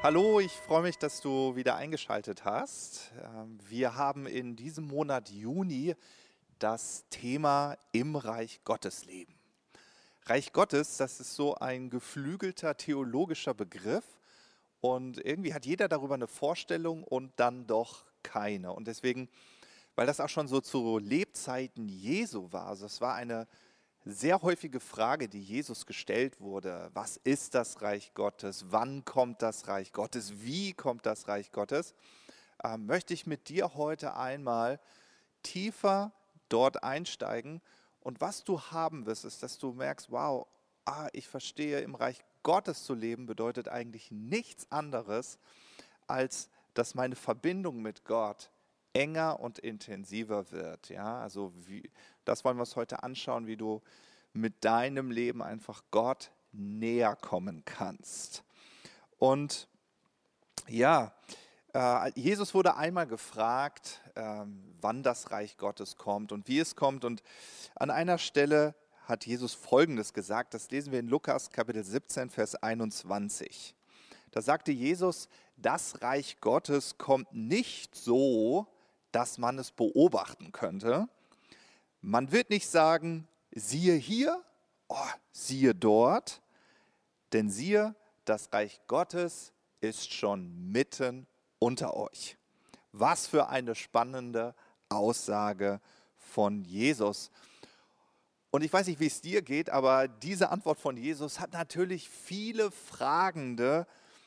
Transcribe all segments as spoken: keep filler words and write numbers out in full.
Hallo, ich freue mich, dass du wieder eingeschaltet hast. Ähm, Wir haben in diesem Monat Juni das Thema im Reich Gottes leben. Reich Gottes, das ist so ein geflügelter theologischer Begriff und irgendwie hat jeder darüber eine Vorstellung und dann doch keine. Und deswegen, weil das auch schon so zu Lebzeiten Jesu war, also es war eine sehr häufige Frage, die Jesus gestellt wurde: Was ist das Reich Gottes? Wann kommt das Reich Gottes? Wie kommt das Reich Gottes? Ähm, möchte ich mit dir heute einmal tiefer dort einsteigen. Und was du haben wirst, ist, dass du merkst, wow, ah, ich verstehe, im Reich Gottes zu leben bedeutet eigentlich nichts anderes, als dass meine Verbindung mit Gott enger und intensiver wird. Ja, also wie, das wollen wir uns heute anschauen, wie du mit deinem Leben einfach Gott näher kommen kannst. Und ja, äh, Jesus wurde einmal gefragt, ähm, wann das Reich Gottes kommt und wie es kommt. Und an einer Stelle hat Jesus Folgendes gesagt, das lesen wir in Lukas Kapitel siebzehn, Vers einundzwanzig. Da sagte Jesus: Das Reich Gottes kommt nicht so, dass man es beobachten könnte. Man wird nicht sagen, siehe hier, oh, siehe dort, denn siehe, das Reich Gottes ist schon mitten unter euch. Was für eine spannende Aussage von Jesus. Und ich weiß nicht, wie es dir geht, aber diese Antwort von Jesus hat natürlich viele Fragende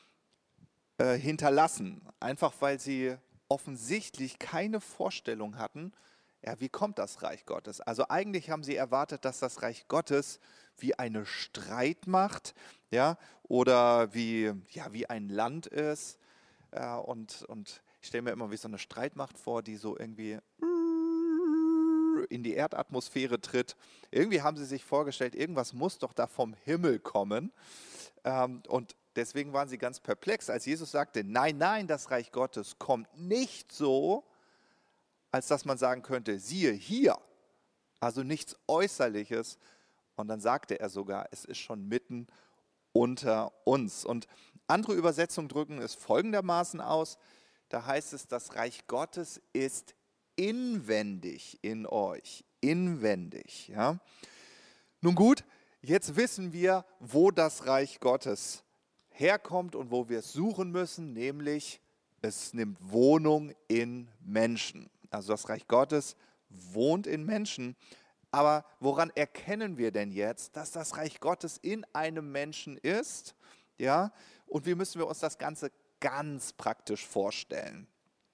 äh, hinterlassen. Einfach weil sie offensichtlich keine Vorstellung hatten, ja, wie kommt das Reich Gottes? Also eigentlich haben sie erwartet, dass das Reich Gottes wie eine Streitmacht, ja, oder wie, ja, wie ein Land ist. Äh, und, und ich stelle mir immer wie so eine Streitmacht vor, die so irgendwie in die Erdatmosphäre tritt. Irgendwie haben sie sich vorgestellt, irgendwas muss doch da vom Himmel kommen. Ähm, und deswegen waren sie ganz perplex, als Jesus sagte, nein, nein, das Reich Gottes kommt nicht so, als dass man sagen könnte, siehe hier, also nichts Äußerliches. Und dann sagte er sogar, es ist schon mitten unter uns. Und andere Übersetzungen drücken es folgendermaßen aus, da heißt es, das Reich Gottes ist inwendig in euch, inwendig. Ja? Nun gut, jetzt wissen wir, wo das Reich Gottes herkommt und wo wir es suchen müssen, nämlich es nimmt Wohnung in Menschen. Also das Reich Gottes wohnt in Menschen. Aber woran erkennen wir denn jetzt, dass das Reich Gottes in einem Menschen ist? Ja, und wie müssen wir uns das Ganze ganz praktisch vorstellen?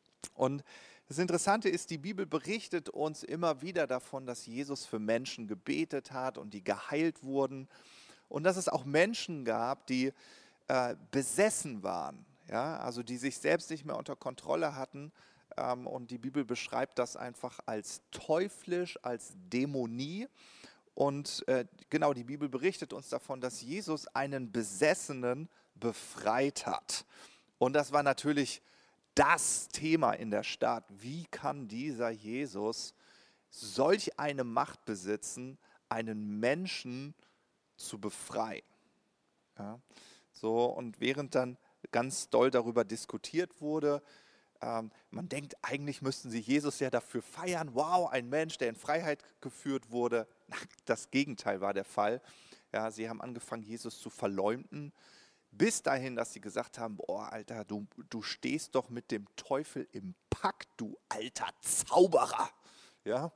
Und das Interessante ist, die Bibel berichtet uns immer wieder davon, dass Jesus für Menschen gebetet hat und die geheilt wurden. Und dass es auch Menschen gab, die äh, besessen waren, ja, also die sich selbst nicht mehr unter Kontrolle hatten. Ähm, und die Bibel beschreibt das einfach als teuflisch, als Dämonie. Und äh, genau, die Bibel berichtet uns davon, dass Jesus einen Besessenen befreit hat. Und das war natürlich das Thema in der Stadt. Wie kann dieser Jesus solch eine Macht besitzen, einen Menschen zu befreien? Ja, so, und während dann ganz doll darüber diskutiert wurde, ähm, man denkt, eigentlich müssten sie Jesus ja dafür feiern, wow, ein Mensch, der in Freiheit geführt wurde. Na, das Gegenteil war der Fall. Ja, sie haben angefangen, Jesus zu verleumden, bis dahin, dass sie gesagt haben, boah, Alter, du, du stehst doch mit dem Teufel im Pakt, du alter Zauberer. Ja,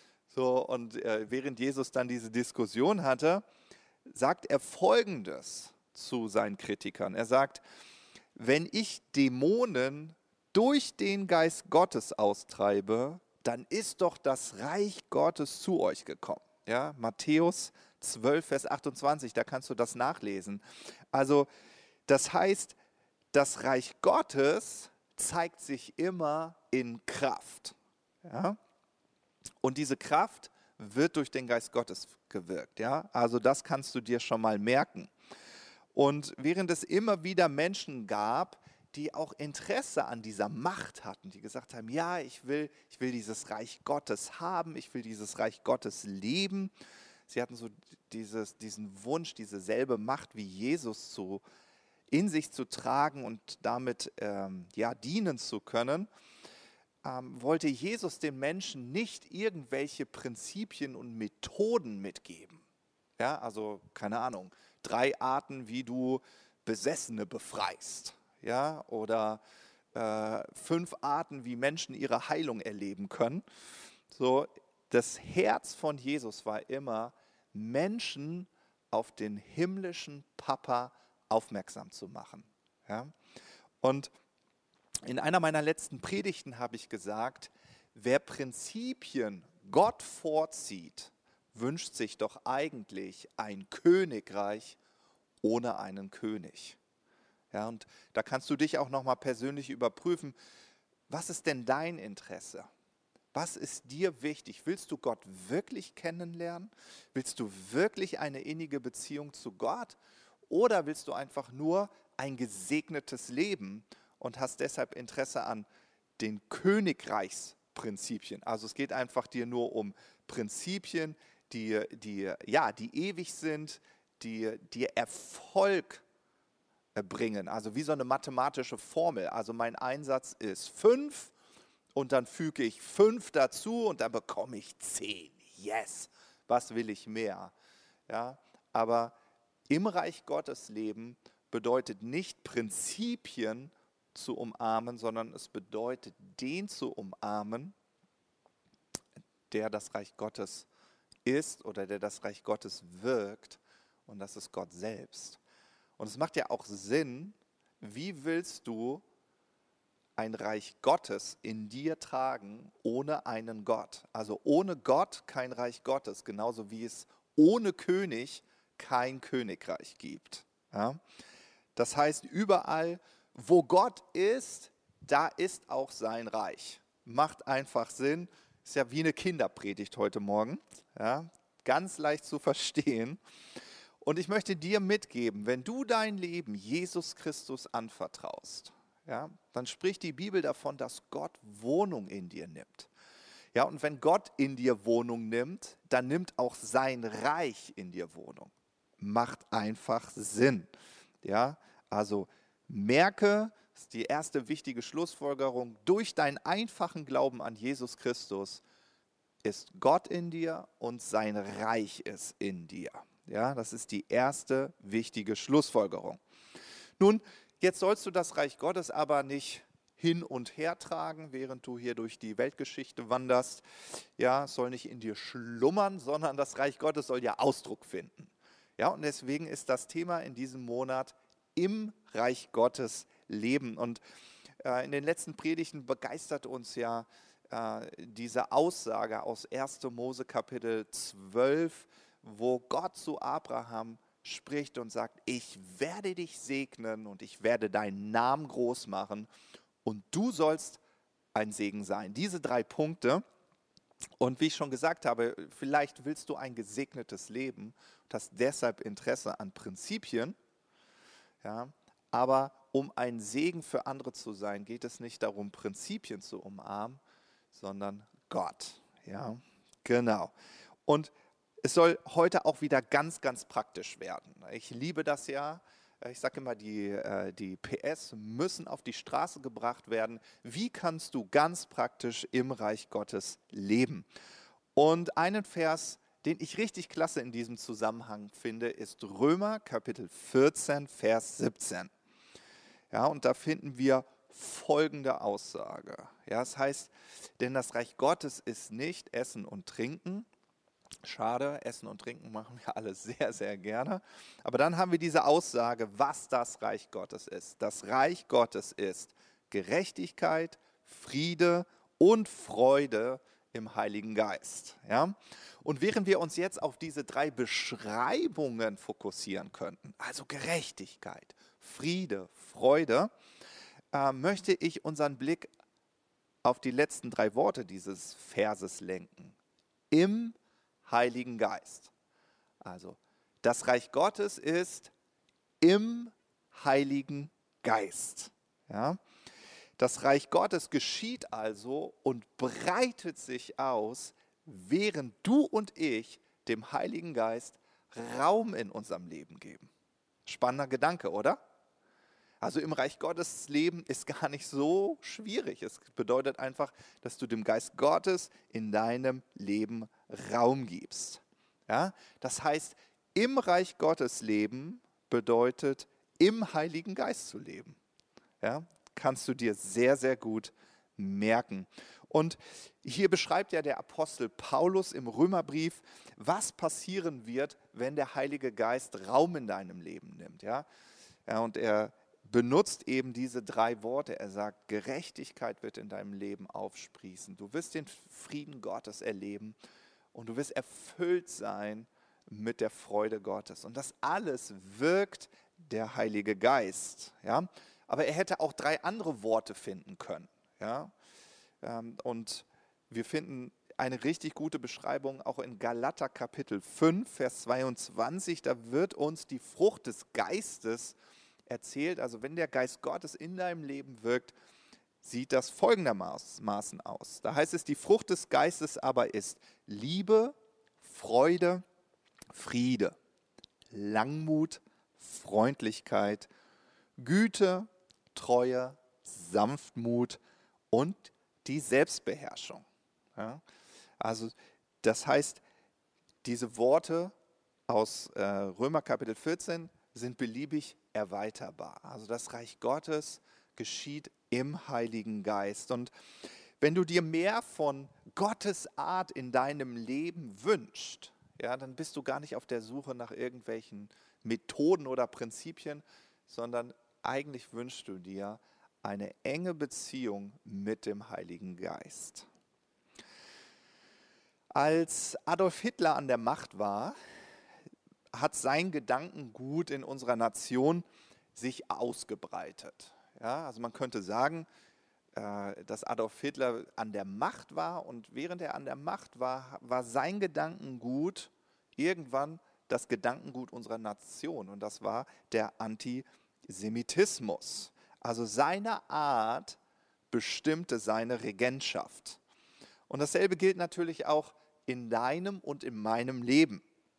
so, und äh, während Jesus dann diese Diskussion hatte, sagt er Folgendes zu seinen Kritikern. Er sagt, wenn ich Dämonen durch den Geist Gottes austreibe, dann ist doch das Reich Gottes zu euch gekommen. Ja, Matthäus zwölf, Vers achtundzwanzig, da kannst du das nachlesen. Also das heißt, das Reich Gottes zeigt sich immer in Kraft. Ja? Und diese Kraft wird durch den Geist Gottes gewirkt. Ja? Also das kannst du dir schon mal merken. Und während es immer wieder Menschen gab, die auch Interesse an dieser Macht hatten, die gesagt haben, ja, ich will, ich will dieses Reich Gottes haben, ich will dieses Reich Gottes leben. Sie hatten so dieses, diesen Wunsch, diese selbe Macht wie Jesus zu in sich zu tragen und damit ähm, ja, dienen zu können, ähm, wollte Jesus den Menschen nicht irgendwelche Prinzipien und Methoden mitgeben. Ja, also keine Ahnung, drei Arten, wie du Besessene befreist. Ja, oder äh, fünf Arten, wie Menschen ihre Heilung erleben können. So, das Herz von Jesus war immer, Menschen auf den himmlischen Papa aufmerksam zu machen. Ja? Und in einer meiner letzten Predigten habe ich gesagt, wer Prinzipien Gott vorzieht, wünscht sich doch eigentlich ein Königreich ohne einen König. Ja, und da kannst du dich auch nochmal persönlich überprüfen, was ist denn dein Interesse? Was ist dir wichtig? Willst du Gott wirklich kennenlernen? Willst du wirklich eine innige Beziehung zu Gott? Oder willst du einfach nur ein gesegnetes Leben und hast deshalb Interesse an den Königreichsprinzipien? Also es geht einfach dir nur um Prinzipien, die, die, ja, die ewig sind, die dir Erfolg bringen. Also wie so eine mathematische Formel. Also mein Einsatz ist fünf. Und dann füge ich fünf dazu und dann bekomme ich zehn. Yes, was will ich mehr? Ja, aber im Reich Gottes leben bedeutet nicht Prinzipien zu umarmen, sondern es bedeutet den zu umarmen, der das Reich Gottes ist oder der das Reich Gottes wirkt, und das ist Gott selbst. Und es macht ja auch Sinn, wie willst du ein Reich Gottes in dir tragen ohne einen Gott? Also ohne Gott kein Reich Gottes, genauso wie es ohne König kein Königreich gibt. Ja? Das heißt, überall, wo Gott ist, da ist auch sein Reich. Macht einfach Sinn. Ist ja wie eine Kinderpredigt heute Morgen. Ja? Ganz leicht zu verstehen. Und ich möchte dir mitgeben, wenn du dein Leben Jesus Christus anvertraust, ja, dann spricht die Bibel davon, dass Gott Wohnung in dir nimmt. Ja, und wenn Gott in dir Wohnung nimmt, dann nimmt auch sein Reich in dir Wohnung. Macht einfach Sinn. Ja, also merke, das ist die erste wichtige Schlussfolgerung, durch deinen einfachen Glauben an Jesus Christus ist Gott in dir und sein Reich ist in dir. Ja, das ist die erste wichtige Schlussfolgerung. Nun, jetzt sollst du das Reich Gottes aber nicht hin und her tragen, während du hier durch die Weltgeschichte wanderst. Ja, es soll nicht in dir schlummern, sondern das Reich Gottes soll ja Ausdruck finden. Ja, und deswegen ist das Thema in diesem Monat im Reich Gottes leben. Und äh, in den letzten Predigten begeistert uns ja äh, diese Aussage aus erster Mose Kapitel zwölf, wo Gott zu Abraham spricht und sagt, ich werde dich segnen und ich werde deinen Namen groß machen und du sollst ein Segen sein. Diese drei Punkte. Und wie ich schon gesagt habe, vielleicht willst du ein gesegnetes Leben und hast deshalb Interesse an Prinzipien. Ja, aber um ein Segen für andere zu sein, geht es nicht darum, Prinzipien zu umarmen, sondern Gott. Ja, genau. Und es soll heute auch wieder ganz, ganz praktisch werden. Ich liebe das ja. Ich sage immer, die, die P S müssen auf die Straße gebracht werden. Wie kannst du ganz praktisch im Reich Gottes leben? Und einen Vers, den ich richtig klasse in diesem Zusammenhang finde, ist Römer Kapitel vierzehn, Vers siebzehn. Ja, und da finden wir folgende Aussage. Ja, es heißt, denn das Reich Gottes ist nicht Essen und Trinken. Schade, Essen und Trinken machen wir alle sehr, sehr gerne. Aber dann haben wir diese Aussage, was das Reich Gottes ist. Das Reich Gottes ist Gerechtigkeit, Friede und Freude im Heiligen Geist. Ja? Und während wir uns jetzt auf diese drei Beschreibungen fokussieren könnten, also Gerechtigkeit, Friede, Freude, äh, möchte ich unseren Blick auf die letzten drei Worte dieses Verses lenken. Im Heiligen Geist. Also, das Reich Gottes ist im Heiligen Geist. Ja? Das Reich Gottes geschieht also und breitet sich aus, während du und ich dem Heiligen Geist Raum in unserem Leben geben. Spannender Gedanke, oder? Also im Reich Gottes leben ist gar nicht so schwierig. Es bedeutet einfach, dass du dem Geist Gottes in deinem Leben Raum gibst. Ja? Das heißt, im Reich Gottes leben bedeutet, im Heiligen Geist zu leben. Ja? Kannst du dir sehr, sehr gut merken. Und hier beschreibt ja der Apostel Paulus im Römerbrief, was passieren wird, wenn der Heilige Geist Raum in deinem Leben nimmt. Ja? Ja, und er benutzt eben diese drei Worte. Er sagt, Gerechtigkeit wird in deinem Leben aufsprießen. Du wirst den Frieden Gottes erleben und du wirst erfüllt sein mit der Freude Gottes. Und das alles wirkt der Heilige Geist. Ja? Aber er hätte auch drei andere Worte finden können. Ja? Und wir finden eine richtig gute Beschreibung auch in Galater Kapitel fünf, Vers zweiundzwanzig. Da wird uns die Frucht des Geistes erzählt. Also wenn der Geist Gottes in deinem Leben wirkt, sieht das folgendermaßen aus. Da heißt es, die Frucht des Geistes aber ist Liebe, Freude, Friede, Langmut, Freundlichkeit, Güte, Treue, Sanftmut und die Selbstbeherrschung. Ja? Also das heißt, diese Worte aus äh, Römer Kapitel vierzehn sind beliebig erweiterbar. Also das Reich Gottes geschieht im Heiligen Geist. Und wenn du dir mehr von Gottes Art in deinem Leben wünschst, ja, dann bist du gar nicht auf der Suche nach irgendwelchen Methoden oder Prinzipien, sondern eigentlich wünschst du dir eine enge Beziehung mit dem Heiligen Geist. Als Adolf Hitler an der Macht war, hat sein Gedankengut in unserer Nation sich ausgebreitet. Ja, also man könnte sagen, äh, dass Adolf Hitler an der Macht war und während er an der Macht war, war sein Gedankengut irgendwann das Gedankengut unserer Nation und das war der Antisemitismus. Also seine Art bestimmte seine Regentschaft. Und dasselbe gilt natürlich auch in deinem und in meinem Leben.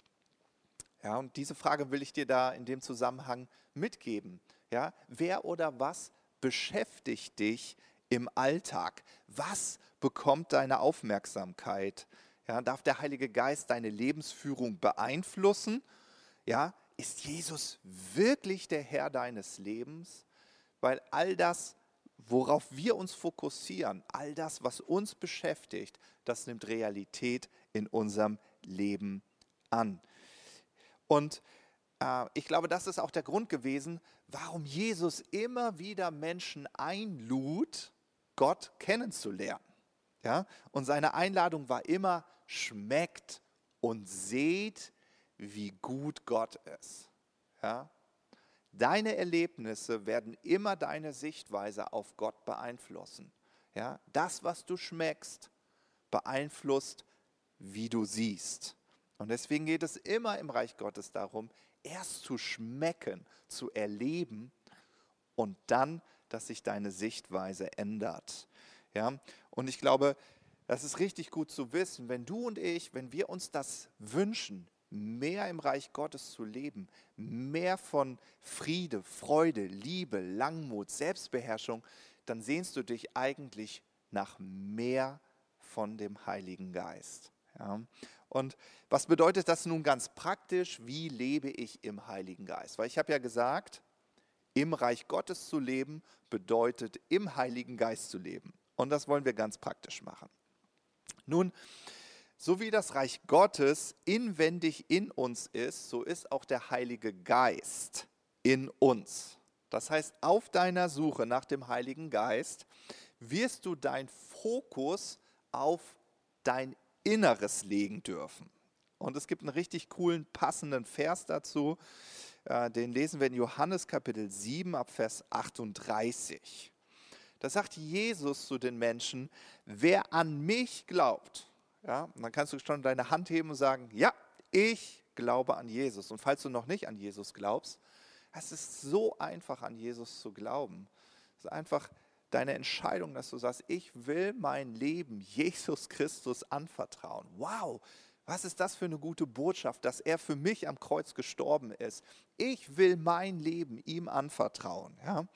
Ja, und diese Frage will ich dir da in dem Zusammenhang mitgeben. Ja, wer oder was beschäftigt dich im Alltag? Was bekommt deine Aufmerksamkeit? Ja, darf der Heilige Geist deine Lebensführung beeinflussen? Ja, ist Jesus wirklich der Herr deines Lebens? Weil all das, worauf wir uns fokussieren, all das, was uns beschäftigt, das nimmt Realität in unserem Leben an. Und äh, ich glaube, das ist auch der Grund gewesen, warum Jesus immer wieder Menschen einlud, Gott kennenzulernen. Ja? Und seine Einladung war immer, schmeckt und seht, wie gut Gott ist. Ja? Deine Erlebnisse werden immer deine Sichtweise auf Gott beeinflussen. Ja? Das, was du schmeckst, beeinflusst, wie du siehst. Und deswegen geht es immer im Reich Gottes darum, erst zu schmecken, zu erleben und dann, dass sich deine Sichtweise ändert. Ja? Und ich glaube, das ist richtig gut zu wissen, wenn du und ich, wenn wir uns das wünschen, mehr im Reich Gottes zu leben, mehr von Friede, Freude, Liebe, Langmut, Selbstbeherrschung, dann sehnst du dich eigentlich nach mehr von dem Heiligen Geist. Ja? Und was bedeutet das nun ganz praktisch? Wie lebe ich im Heiligen Geist? Weil ich habe ja gesagt, im Reich Gottes zu leben bedeutet im Heiligen Geist zu leben. Und das wollen wir ganz praktisch machen. Nun, so wie das Reich Gottes inwendig in uns ist, so ist auch der Heilige Geist in uns. Das heißt, auf deiner Suche nach dem Heiligen Geist wirst du deinen Fokus auf dein Inneres legen dürfen. Und es gibt einen richtig coolen, passenden Vers dazu. Den lesen wir in Johannes Kapitel sieben ab Vers achtunddreißig. Da sagt Jesus zu den Menschen, wer an mich glaubt, ja, und dann kannst du schon deine Hand heben und sagen, ja, ich glaube an Jesus. Und falls du noch nicht an Jesus glaubst, es ist so einfach, an Jesus zu glauben. Es ist einfach deine Entscheidung, dass du sagst, ich will mein Leben Jesus Christus anvertrauen. Wow, Was ist das für eine gute Botschaft, dass er für mich am Kreuz gestorben ist? Ich will mein Leben ihm anvertrauen. Ja?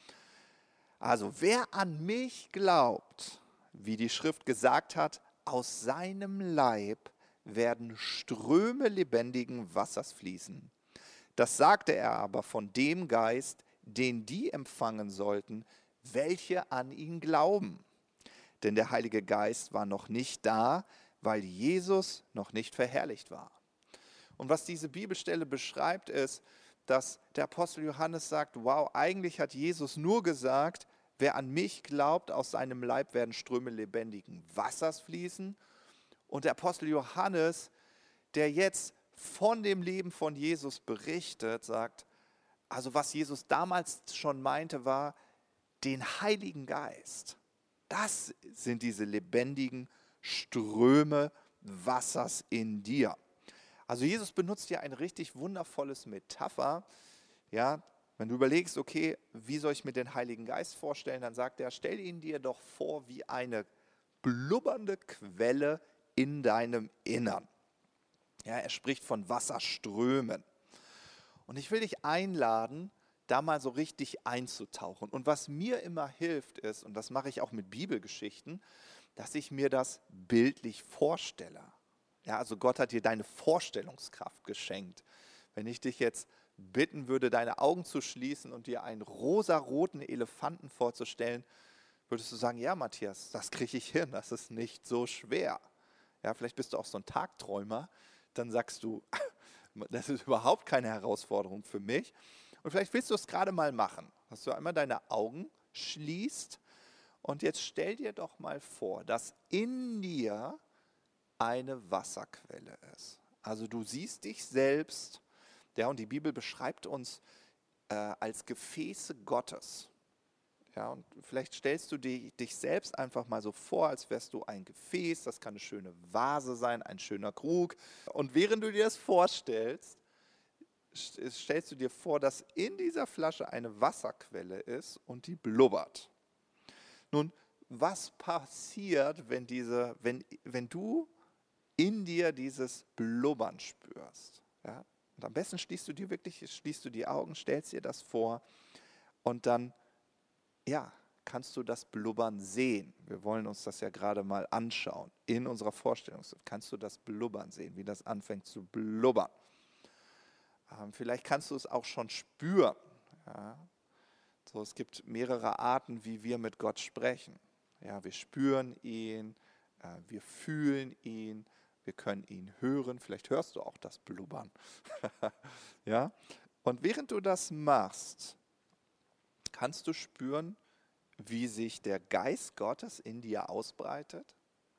Also wer an mich glaubt, wie die Schrift gesagt hat, aus seinem Leib werden Ströme lebendigen Wassers fließen. Das sagte er aber von dem Geist, den die empfangen sollten, welche an ihn glauben. Denn der Heilige Geist war noch nicht da, weil Jesus noch nicht verherrlicht war. Und was diese Bibelstelle beschreibt, ist, dass der Apostel Johannes sagt, wow, eigentlich hat Jesus nur gesagt, wer an mich glaubt, aus seinem Leib werden Ströme lebendigen Wassers fließen. Und der Apostel Johannes, der jetzt von dem Leben von Jesus berichtet, sagt, also was Jesus damals schon meinte, war den Heiligen Geist. Das sind diese lebendigen Ströme Wassers in dir. Also Jesus benutzt hier ein richtig wundervolles Metapher. Ja, wenn du überlegst, okay, wie soll ich mir den Heiligen Geist vorstellen, dann sagt er, stell ihn dir doch vor wie eine blubbernde Quelle in deinem Innern. Ja, er spricht von Wasserströmen. Und ich will dich einladen, da mal so richtig einzutauchen. Und was mir immer hilft ist, und das mache ich auch mit Bibelgeschichten, dass ich mir das bildlich vorstelle. Ja, also Gott hat dir deine Vorstellungskraft geschenkt. Wenn ich dich jetzt bitten würde, deine Augen zu schließen und dir einen rosaroten Elefanten vorzustellen, würdest du sagen, ja Matthias, das kriege ich hin, das ist nicht so schwer. Ja, vielleicht bist du auch so ein Tagträumer, dann sagst du, das ist überhaupt keine Herausforderung für mich. Und vielleicht willst du es gerade mal machen, dass du einmal deine Augen schließt und jetzt stell dir doch mal vor, dass in dir eine Wasserquelle ist. Also du siehst dich selbst, ja, und die Bibel beschreibt uns äh, als Gefäße Gottes. Ja, und vielleicht stellst du die, dich selbst einfach mal so vor, als wärst du ein Gefäß, das kann eine schöne Vase sein, ein schöner Krug. Und während du dir das vorstellst, stellst du dir vor, dass in dieser Flasche eine Wasserquelle ist und die blubbert. Nun, was passiert, wenn, diese, wenn, wenn du in dir dieses Blubbern spürst? Ja? Und am besten schließt du dir wirklich, schließt du die Augen, stellst dir das vor und dann, ja, kannst du das Blubbern sehen. Wir wollen uns das ja gerade mal anschauen. In unserer Vorstellung kannst du das Blubbern sehen, wie das anfängt zu blubbern. Ähm, vielleicht kannst du es auch schon spüren. Ja? So, es gibt mehrere Arten, wie wir mit Gott sprechen. Ja, wir spüren ihn, äh, wir fühlen ihn, wir können ihn hören. Vielleicht hörst du auch das Blubbern. Ja? Und während du das machst, kannst du spüren, wie sich der Geist Gottes in dir ausbreitet.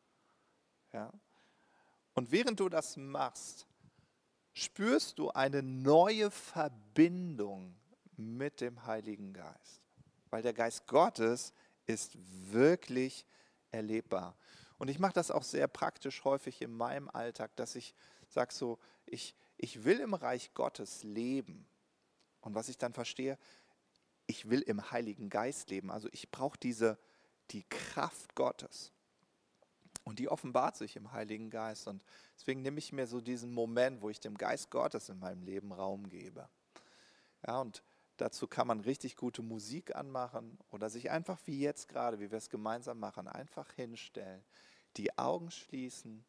Ja? Und während du das machst, spürst du eine neue Verbindung mit dem Heiligen Geist. Weil der Geist Gottes ist wirklich erlebbar. Und ich mache das auch sehr praktisch häufig in meinem Alltag, dass ich sage so, ich, ich will im Reich Gottes leben. Und was ich dann verstehe, ich will im Heiligen Geist leben. Also ich brauche diese, die Kraft Gottes. Und die offenbart sich im Heiligen Geist. Und deswegen nehme ich mir so diesen Moment, wo ich dem Geist Gottes in meinem Leben Raum gebe. Ja, und dazu kann man richtig gute Musik anmachen oder sich einfach wie jetzt gerade, wie wir es gemeinsam machen, einfach hinstellen, die Augen schließen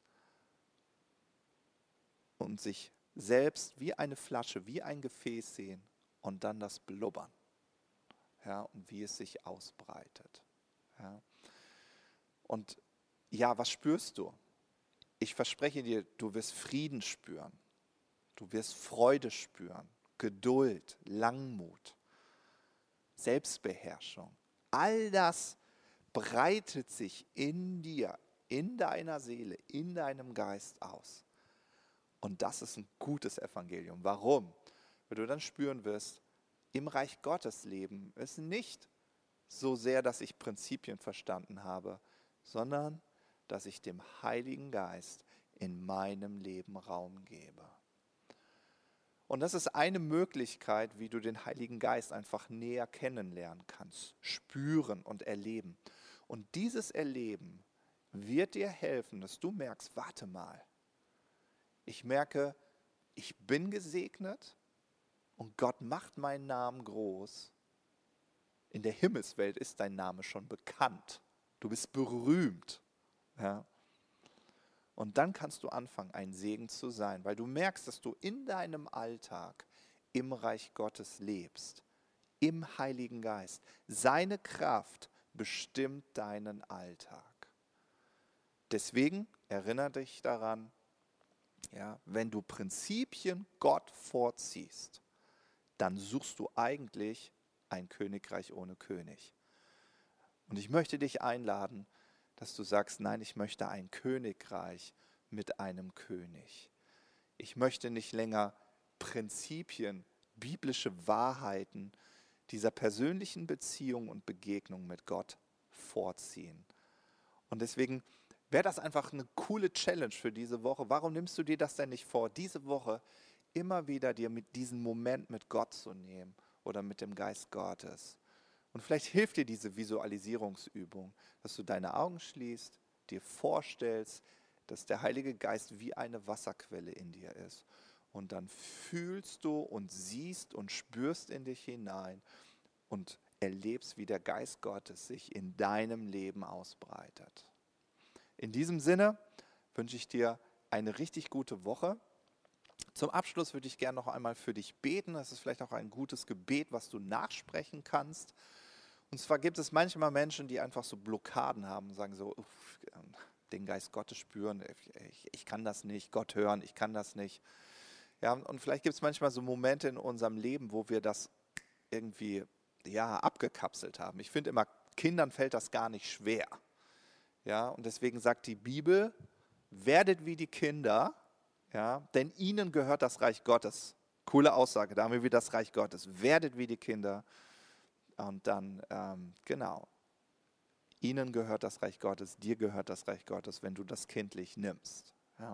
und sich selbst wie eine Flasche, wie ein Gefäß sehen und dann das Blubbern. Ja, und wie es sich ausbreitet. Ja. Und ja, was spürst du? Ich verspreche dir, du wirst Frieden spüren. Du wirst Freude spüren, Geduld, Langmut, Selbstbeherrschung. All das breitet sich in dir, in deiner Seele, in deinem Geist aus. Und das ist ein gutes Evangelium. Warum? Weil du dann spüren wirst, im Reich Gottes leben ist nicht so sehr, dass ich Prinzipien verstanden habe, sondern dass ich dem Heiligen Geist in meinem Leben Raum gebe. Und das ist eine Möglichkeit, wie du den Heiligen Geist einfach näher kennenlernen kannst, spüren und erleben. Und dieses Erleben wird dir helfen, dass du merkst, warte mal, ich merke, ich bin gesegnet und Gott macht meinen Namen groß. In der Himmelswelt ist dein Name schon bekannt. Du bist berühmt. Ja? Und dann kannst du anfangen, ein Segen zu sein, weil du merkst, dass du in deinem Alltag im Reich Gottes lebst, im Heiligen Geist. Seine Kraft bestimmt deinen Alltag. Deswegen erinnere dich daran, ja, wenn du Prinzipien Gott vorziehst, dann suchst du eigentlich ein Königreich ohne König. Und ich möchte dich einladen, dass du sagst, nein, ich möchte ein Königreich mit einem König. Ich möchte nicht länger Prinzipien, biblische Wahrheiten dieser persönlichen Beziehung und Begegnung mit Gott vorziehen. Und deswegen wäre das einfach eine coole Challenge für diese Woche. Warum nimmst du dir das denn nicht vor, diese Woche immer wieder dir mit diesem Moment mit Gott zu nehmen oder mit dem Geist Gottes? Und vielleicht hilft dir diese Visualisierungsübung, dass du deine Augen schließt, dir vorstellst, dass der Heilige Geist wie eine Wasserquelle in dir ist. Und dann fühlst du und siehst und spürst in dich hinein und erlebst, wie der Geist Gottes sich in deinem Leben ausbreitet. In diesem Sinne wünsche ich dir eine richtig gute Woche. Zum Abschluss würde ich gerne noch einmal für dich beten. Das ist vielleicht auch ein gutes Gebet, was du nachsprechen kannst. Und zwar gibt es manchmal Menschen, die einfach so Blockaden haben und sagen so, uff, den Geist Gottes spüren, ich, ich kann das nicht, Gott hören, ich kann das nicht. Ja, und vielleicht gibt es manchmal so Momente in unserem Leben, wo wir das irgendwie ja, abgekapselt haben. Ich finde immer, Kindern fällt das gar nicht schwer. Ja, und deswegen sagt die Bibel, werdet wie die Kinder, ja, denn ihnen gehört das Reich Gottes. Coole Aussage, da haben wir wieder das Reich Gottes. Werdet wie die Kinder. Und dann, ähm, genau, ihnen gehört das Reich Gottes, dir gehört das Reich Gottes, wenn du das kindlich nimmst. Ja.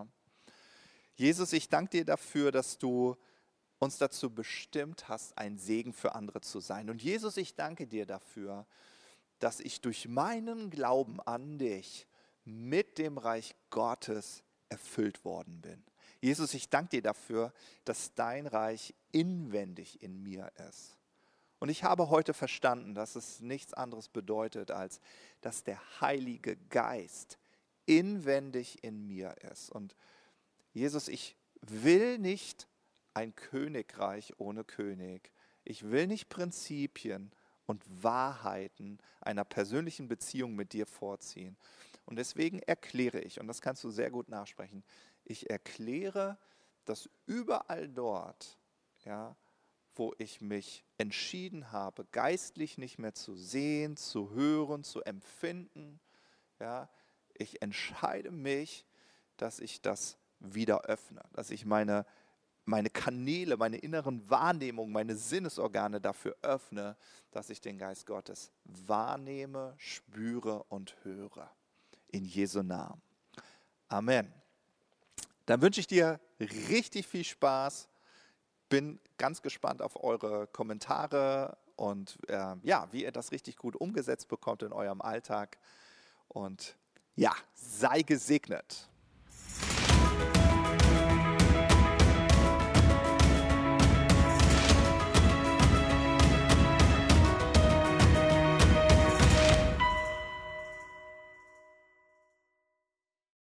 Jesus, ich danke dir dafür, dass du uns dazu bestimmt hast, ein Segen für andere zu sein. Und Jesus, ich danke dir dafür, dass ich durch meinen Glauben an dich mit dem Reich Gottes erfüllt worden bin. Jesus, ich danke dir dafür, dass dein Reich inwendig in mir ist. Und ich habe heute verstanden, dass es nichts anderes bedeutet, als dass der Heilige Geist inwendig in mir ist. Und Jesus, ich will nicht ein Königreich ohne König. Ich will nicht Prinzipien und Wahrheiten einer persönlichen Beziehung mit dir vorziehen. Und deswegen erkläre ich, und das kannst du sehr gut nachsprechen, ich erkläre, dass überall dort, ja, wo ich mich entschieden habe, geistlich nicht mehr zu sehen, zu hören, zu empfinden, ja, ich entscheide mich, dass ich das wieder öffne, dass ich meine, meine Kanäle, meine inneren Wahrnehmungen, meine Sinnesorgane dafür öffne, dass ich den Geist Gottes wahrnehme, spüre und höre. In Jesu Namen. Amen. Dann wünsche ich dir richtig viel Spaß. Bin ganz gespannt auf eure Kommentare und äh, ja, wie ihr das richtig gut umgesetzt bekommt in eurem Alltag. Und ja, sei gesegnet.